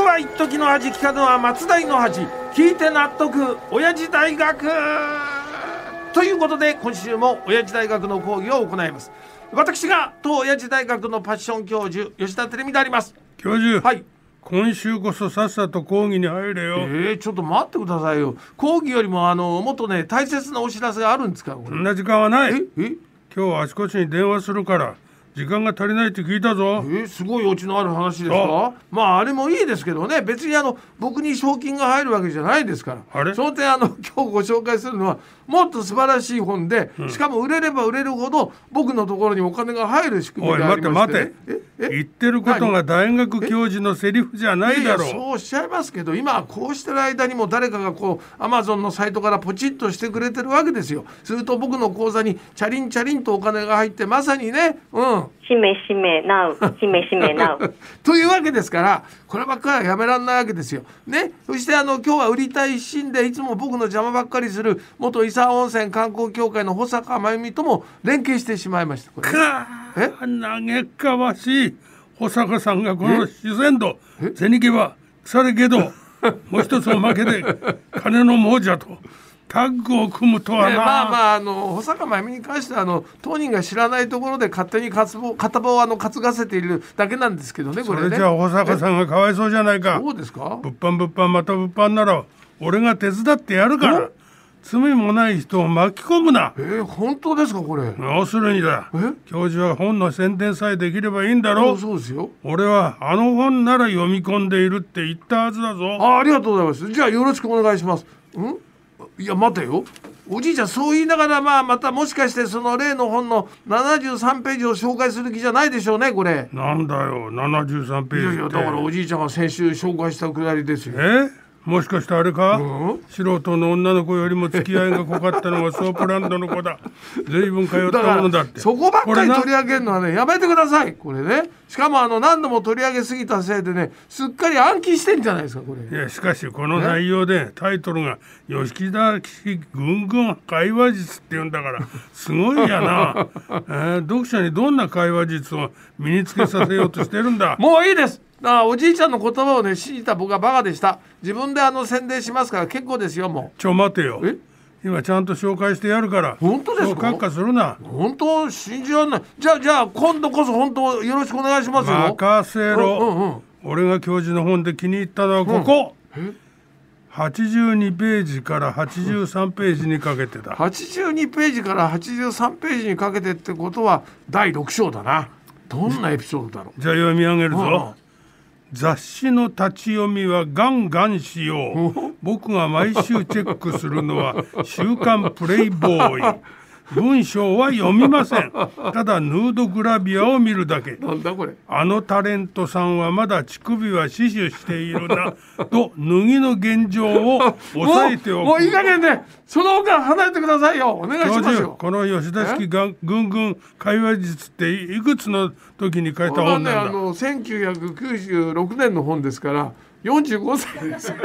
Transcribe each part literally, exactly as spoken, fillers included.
は一時の恥聞かぬは松代の恥、聞いて納得親父大学ということで、今週も親父大学の講義を行います。私が当親父大学のパッション教授吉田照美であります。 教授、 はい、 今週こそさっさと講義に入れよ。 えー、ちょっと待ってくださいよ。講義よりもあのもっとね大切なお知らせがあるんですか。 そんな時間はない。 ええ今日はあちこちに電話するから時間が足りないって聞いたぞ。 えー、すごいオチのある話ですか。まああれもいいですけどね、別にあの僕に賞金が入るわけじゃないですから。 あれその点あの今日ご紹介するのはもっと素晴らしい本で、うん、しかも売れれば売れるほど僕のところにお金が入る仕組みがありまして、ね、 おい待て待て、言ってることが大学教授のセリフじゃないだろう。 いやいやそうおっしゃいますけど、今はこうしてる間にも誰かがこうアマゾンのサイトからポチッとしてくれてるわけですよ。すると僕の口座にチャリンチャリンとお金が入って、まさにね、うんしめしめなうしめしめなうというわけですから、こればっかりはやめられないわけですよね。そしてあの今日は売りたい一心でいつも僕の邪魔ばっかりする元伊佐温泉観光協会の保坂真由美とも連携してしまいました。これかー嘆かわしい。保坂さんがこの主戦度銭気は腐れけどもう一つおまけで金の亡者とタッグを組むとはな、 ね、まあまああの保坂真由美に関してはあの当人が知らないところで勝手に片棒をあの担がせているだけなんですけどね。これね、 それじゃあ保坂さんがかわいそうじゃないか。 そうですか。 物販物販また物販なら俺が手伝ってやるから、罪もない人を巻き込むな。 えー、本当ですかこれ。 要するにだ、教授は本の宣伝さえできればいいんだろう。 そうですよ。 俺はあの本なら読み込んでいるって言ったはずだぞ。 あ, ありがとうございます。じゃあよろしくお願いします。んいや待てよ、おじいちゃんそう言いながら、まあまたもしかしてその例の本のななじゅうさんページを紹介する気じゃないでしょうねこれ。 なんだよななじゅうさんページって。 いやいやだからおじいちゃんが先週紹介したくらいですよ。 えもしかしてあれか、 うん、 素人の女の子よりも付き合いが濃かったのはソープランドの子だ。随分通ったものだって。 そこばっかり取り上げるのはねやめてくださいこれね。しかもあの何度も取り上げすぎたせいでねすっかり暗記してんじゃないですかこれ。 いやしかしこの内容でタイトルが吉田式ぐんぐん会話術って言うんだからすごいやな、えー、読者にどんな会話術を身につけさせようとしてるんだ。 もういいです。ああおじいちゃんの言葉をね信じた僕はバカでした。自分であの宣伝しますから結構ですよ。もうちょ待てよ、 え今ちゃんと紹介してやるから。 本当ですか。 そう閣下するな。 本当信じられない。じゃあじゃあ今度こそ本当よろしくお願いしますよ。 任せろ、 うんうんうん、 俺が教授の本で気に入ったのはここ、うん、 えはちじゅうにページからはちじゅうさんページにかけてだ。 はちじゅうにページからはちじゅうさんページにかけてってことはだいろく章だな。どんなエピソードだろう。 じゃあ読み上げるぞ、うん、雑誌の立ち読みはガンガンしよう。僕が毎週チェックするのは週刊プレイボーイ。文章は読みません。ただヌードグラビアを見るだけ。 なんだこれ。 あのタレントさんはまだ乳首は死守しているなと脱ぎの現状を抑えておく。 もう、もういい加減ねその他離れてくださいよ。お願いしますよ。 この吉田式がぐんぐん会話術っていくつの時に書いた本なんだ。 これはねあのせんきゅうひゃくきゅうじゅうろくねんの本ですからよんじゅうごさいですよ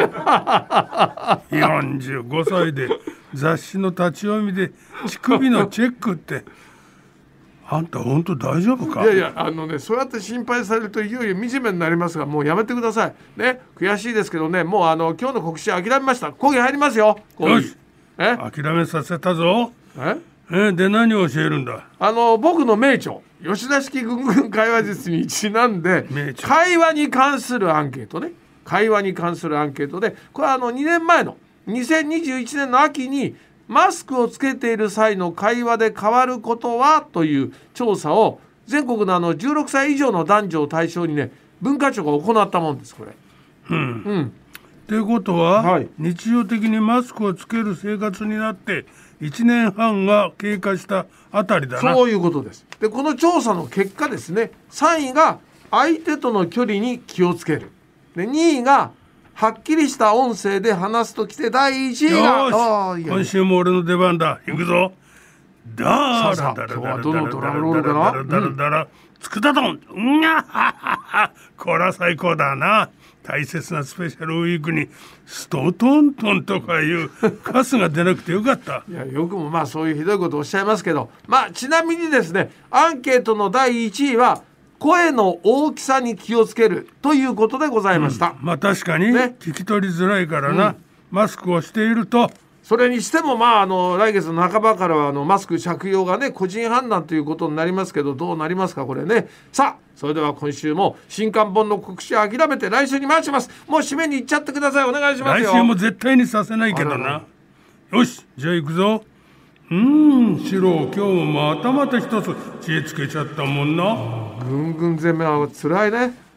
んじゅうごさいで雑誌の立ち読みで乳首のチェックってあんた本当大丈夫か。 いやいやあのねそうやって心配されるといよいよ惨めになりますがもうやめてくださいね。悔しいですけどねもうあの今日の告知は諦めました。講義入りますよ。 よしえ諦めさせたぞ。 ええで何を教えるんだ。 あの僕の名著吉田式ぐんぐん会話術にちなんで会話に関するアンケートね会話に関するアンケートでこれはあのにねんまえのにせんにじゅういちねんの秋にマスクをつけている際の会話で変わることはという調査を全国のあのじゅうろくさい以上の男女を対象にね文化庁が行ったもんですこれ。 うん。うんということは、はい、日常的にマスクをつける生活になっていちねんはんが経過したあたりだな。 そういうことです。でこの調査の結果ですねさんいが相手との距離に気をつけるでにいがはっきりした音声で話すときてだいいちいがよし今週も俺の出番だ。行くぞ。だーさあ今日はどのドラムロールかな。 だらだらだらつくだどんうんがはははこれは最高だな。大切なスペシャルウィークにストトントンとかいうカスが出なくてよかった。 いやよくもまあそういうひどいことをおっしゃいますけどまあちなみにですねアンケートのだいいちいは声の大きさに気をつけるということでございました、 うん、まあ確かに、ね、聞き取りづらいからな、うん、マスクをしていると。 それにしてもまああの来月の半ばからはあのマスク着用がね個人判断ということになりますけど、どうなりますかこれね。さあそれでは今週も新刊本の告知を諦めて来週に回します。もう締めに行っちゃってください。お願いしますよ。 来週も絶対にさせないけどな。よしじゃあ行くぞ。うーんシロ今日もまたまた一つ知恵つけちゃったもんな。 ぐんぐん攻めは辛いね。